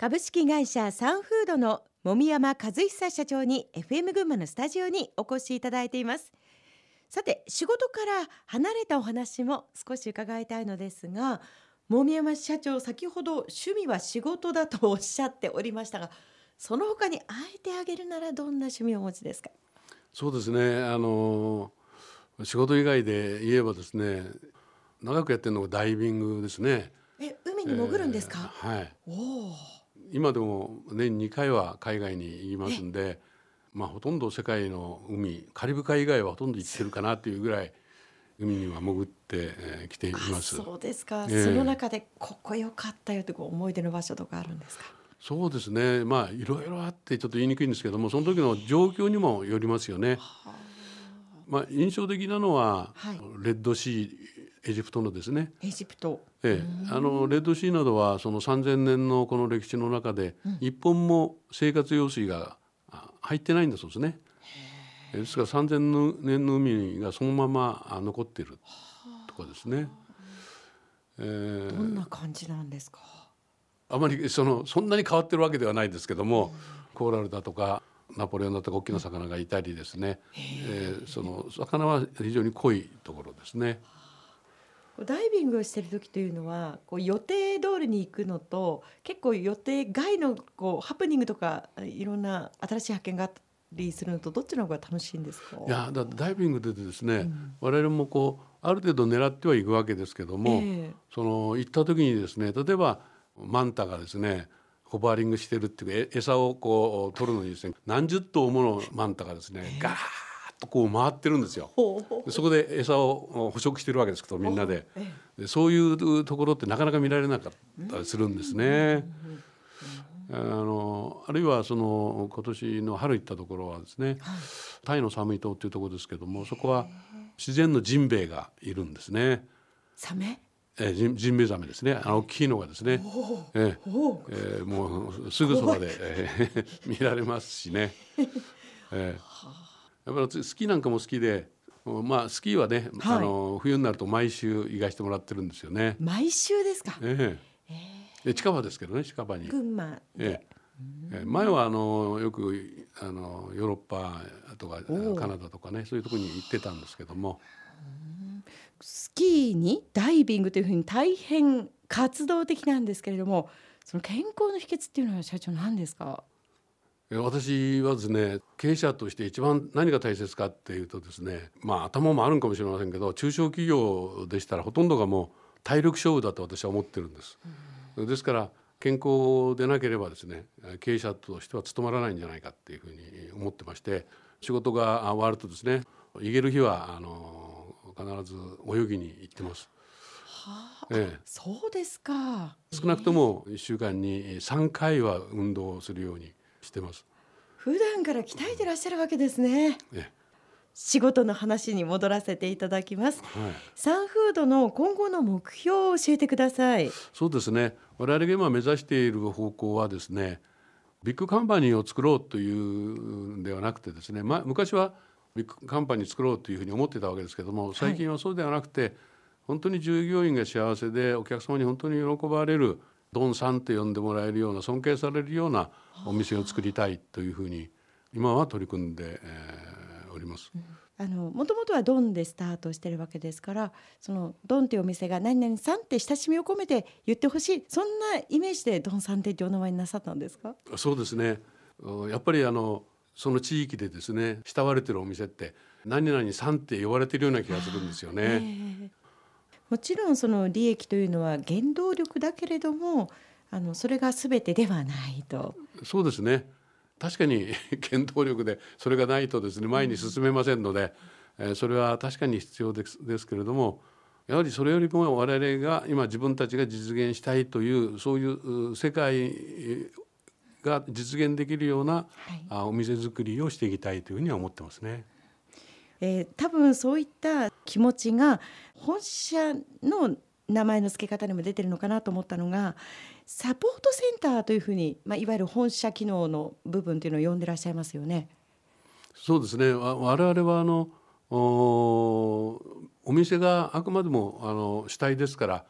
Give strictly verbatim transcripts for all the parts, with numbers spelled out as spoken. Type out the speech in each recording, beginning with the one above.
株式会社サンフードの籾山和久社長に エフエム 群馬のスタジオにお越しいただいています。さて、仕事から離れたお話も少し伺いたいのですが、籾山社長、先ほど趣味は仕事だとおっしゃっておりましたが、その他にあえてあげるならどんな趣味をお持ちですか？ そうですね、あの仕事以外で言えばですね、長くやってるのがダイビングですね。 え、海に潜るんですか？ えーはい、 おお。 今でも年にかいは海外に行きますんで、まあ、ほとんど世界の海、カリブ海以外はほとんど行ってるかなというぐらい海には潜ってき、えー、来ています。 そうですか、 えーその中でここ良かったよってこう思い出の場所とかあるんですか？ そうですね、まあいろいろあってちょっと言いにくいんですけども、その時の状況にもよりますよね。 はまあ、印象的なのは、 はい、 レッドシー、エジプトのですね、 エジプト。 ええ、あのレッドシーなどはそのさんぜんねんのこの歴史の中で一本も生活用水があ入ってないんだそうですね。えですからさんぜんねんの海がそのままあ残っているとかですね。えーどんな感じなんですか？ あまりそのそんなに変わってるわけではないですけども、コーラルだとかナポレオンだとか大きな魚がいたりですね、えーその魚は非常に濃いところですね。 ダイビングをしている時というのはこう予定通りに行くのと結構予定外のこうハプニングとかいろんな新しい発見があったりするのとどっちの方が楽しいんですか？ いやだダイビングでですね、 うん、 我々もこうある程度狙ってはいくわけですけども、 ええ、 その行った時にですね、例えばマンタがですねホバーリングしてるっていうか、え餌をこう取るのにですね、何十頭ものマンタがですねガーッとこう回ってるんですよ。 ほうほうでそこで餌を捕食してるわけですけど、みんなで、 えでそういうところってなかなか見られなかったりするんですね。あのあるいはその今年の春行ったところはですね、 はい、 タイの寒い島っていうところですけども、そこは自然のジンベエがいるんですね。 サメ。 えー、ジンジンベエザメですね。あの大きいのがですね、えーおお、 えーもうすぐそばで、えー見られますしね。えー、やっぱりスキーなんかも好きで、まあスキーはね、あはい、 の冬になると毎週行かしてもらってるんですよね。 毎週ですか？ えー、で近場ですけどね、近場に。 群馬で、 えええー前はあのよくあのヨーロッパとかおお、 カナダとかね、そういうところに行ってたんですけども、 スキーにダイビングというふうに大変活動的なんですけれども、その健康の秘訣っていうのは社長何ですか？ えー私はですね、経営者として一番何が大切かっていうとですね、まあ頭もあるんかもしれませんけど、中小企業でしたらほとんどがもう体力勝負だと私は思ってるんです。ですから健康でなければですね、経営者としては務まらないんじゃないかっていうふうに思ってまして、仕事が終わるとですね、行ける日はあの必ず泳ぎに行ってます。 はあ、 ええ、 そうですか。 少なくともいっしゅうかんにさんかいは運動をするようにしてます。 普段から鍛えてらっしゃるわけですね。 ええ、 仕事の話に戻らせていただきます。 はい、 サンフードの今後の目標を教えてください。 そうですね。我々が今目指している方向はですね、ビッグカンパニーを作ろうというんではなくてですね、まあ、昔はビッグカンパニー作ろうというふうに思ってたわけですけども、最近はそうではなくて、本当に従業員が幸せでお客様に本当に喜ばれる、ドンさんと呼んでもらえるような、尊敬されるようなお店を作りたいというふうに今は取り組んで、えーおります。 あのもともとはドンでスタートしてるわけですから、そのドンというお店が何々さんって親しみを込めて言ってほしい、そんなイメージでドンさんってお名前になさったんですか？ そうですね。やっぱりあのその地域でですね、慕われてるお店って何々さんって呼ばれてるような気がするんですよえね。 え、もちろんその利益というのは原動力だけれども、あのそれが全てではないと。 そうですね。確かに原動力でそれがないとですね、前に進めませんので、えーそれは確かに必要ですですけれども、やはりそれよりも我々が今自分たちが実現したいというそういうう世界が実現できるような、 はい、 あお店作りをしていきたいというふうには思ってますね。 えー多分そういった気持ちが本社の名前の付け方にも出てるのかなと思ったのが、サポートセンターというふうに、まあ、いわゆる本社機能の部分というのを呼んでらっしゃいますよね。 そうですね。わ我々はあのおお店があくまでもあの主体ですから、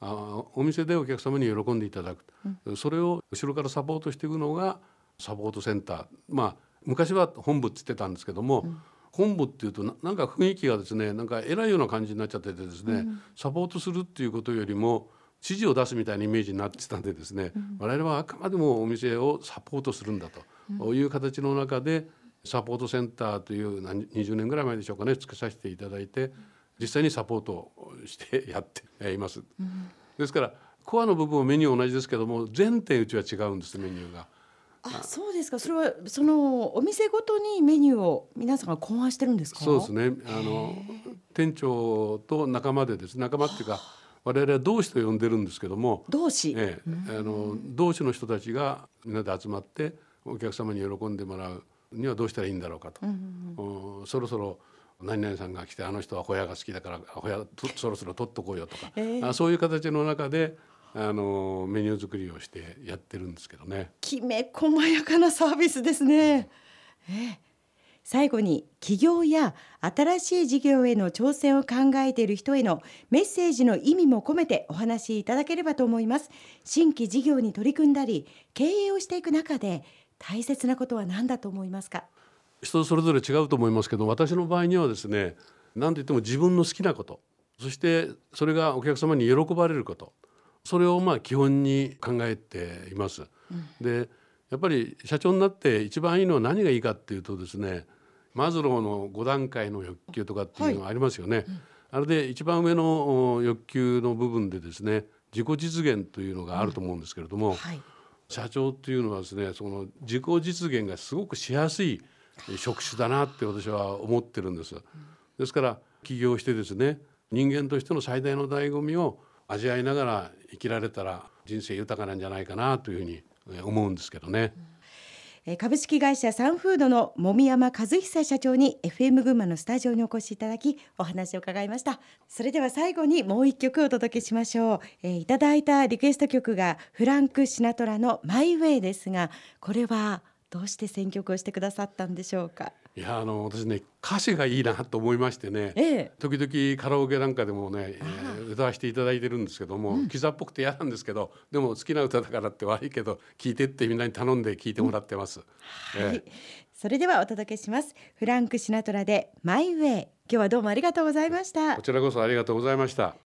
あお店でお客様に喜んでいただく、 うん、 それを後ろからサポートしていくのがサポートセンター、まあ昔は本部って言ってたんですけども、うん、本部っていうと な, なんか雰囲気がですねなんか偉いような感じになっちゃっててですね、うん、サポートするっていうことよりも指示を出すみたいなイメージになってたんでですね、うん、我々はあくまでもお店をサポートするんだという形の中で、サポートセンターというにじゅうねんぐらい前でしょうかね、つけさせていただいて実際にサポートしてやっています、うん、ですからコアの部分はメニュー同じですけども全店うちは違うんです、メニューが。 あ、そうですか。それはそのお店ごとにメニューを皆さんが考案してるんですか？ そうですね、あの店長と仲間でですね、仲間っていうか我々は同志と呼んでるんですけども、 同志、 ええ、あの同志の人たちがみんなで集まってお客様に喜んでもらうにはどうしたらいいんだろうかと、うんうんうん、そろそろ何々さんが来てあの人はホヤが好きだからホヤそろそろ取っとこうよとか、えー、あそういう形の中であのメニュー作りをしてやってるんですけどね。 きめ細やかなサービスですね、えー、最後に起業や新しい事業への挑戦を考えている人へのメッセージの意味も込めてお話しいただければと思います。新規事業に取り組んだり経営をしていく中で大切なことは何だと思いますか？ 人それぞれ違うと思いますけど、私の場合にはですね、何と言っても自分の好きなこと、そしてそれがお客様に喜ばれること、それをまあ基本に考えています、うん、でやっぱり社長になって一番いいのは何がいいかっていうとですね、マズローのご段階の欲求とかっていうのがありますよね、はい、うん、あれで一番上の欲求の部分でですね、自己実現というのがあると思うんですけれども、うん、はい、社長っていうのはですね、その自己実現がすごくしやすい職種だなって私は思ってるんです。ですから起業してですね、人間としての最大の醍醐味を味わいながら生きられたら人生豊かなんじゃないかなというふうに思うんですけどね。 株式会社サンフードの籾山和久社長に エフエム 群馬のスタジオにお越しいただきお話を伺いました。それでは最後にもう一曲お届けしましょう。えー、いただいたリクエスト曲がフランク・シナトラのマイ・ウェイですが、これはどうして選曲をしてくださったんでしょうか？ いや、あの私ね、歌詞がいいなと思いましてね、ええ、時々カラオケなんかでもね、えー、歌わせていただいてるんですけども、うん、キザっぽくて嫌なんですけど、でも好きな歌だからって悪いけど聴いてってみんなに頼んで聴いてもらってます、うん、えー、はい、 それではお届けします。フランク・シナトラでマイ・ウェイ。今日はどうもありがとうございました。 こちらこそありがとうございました。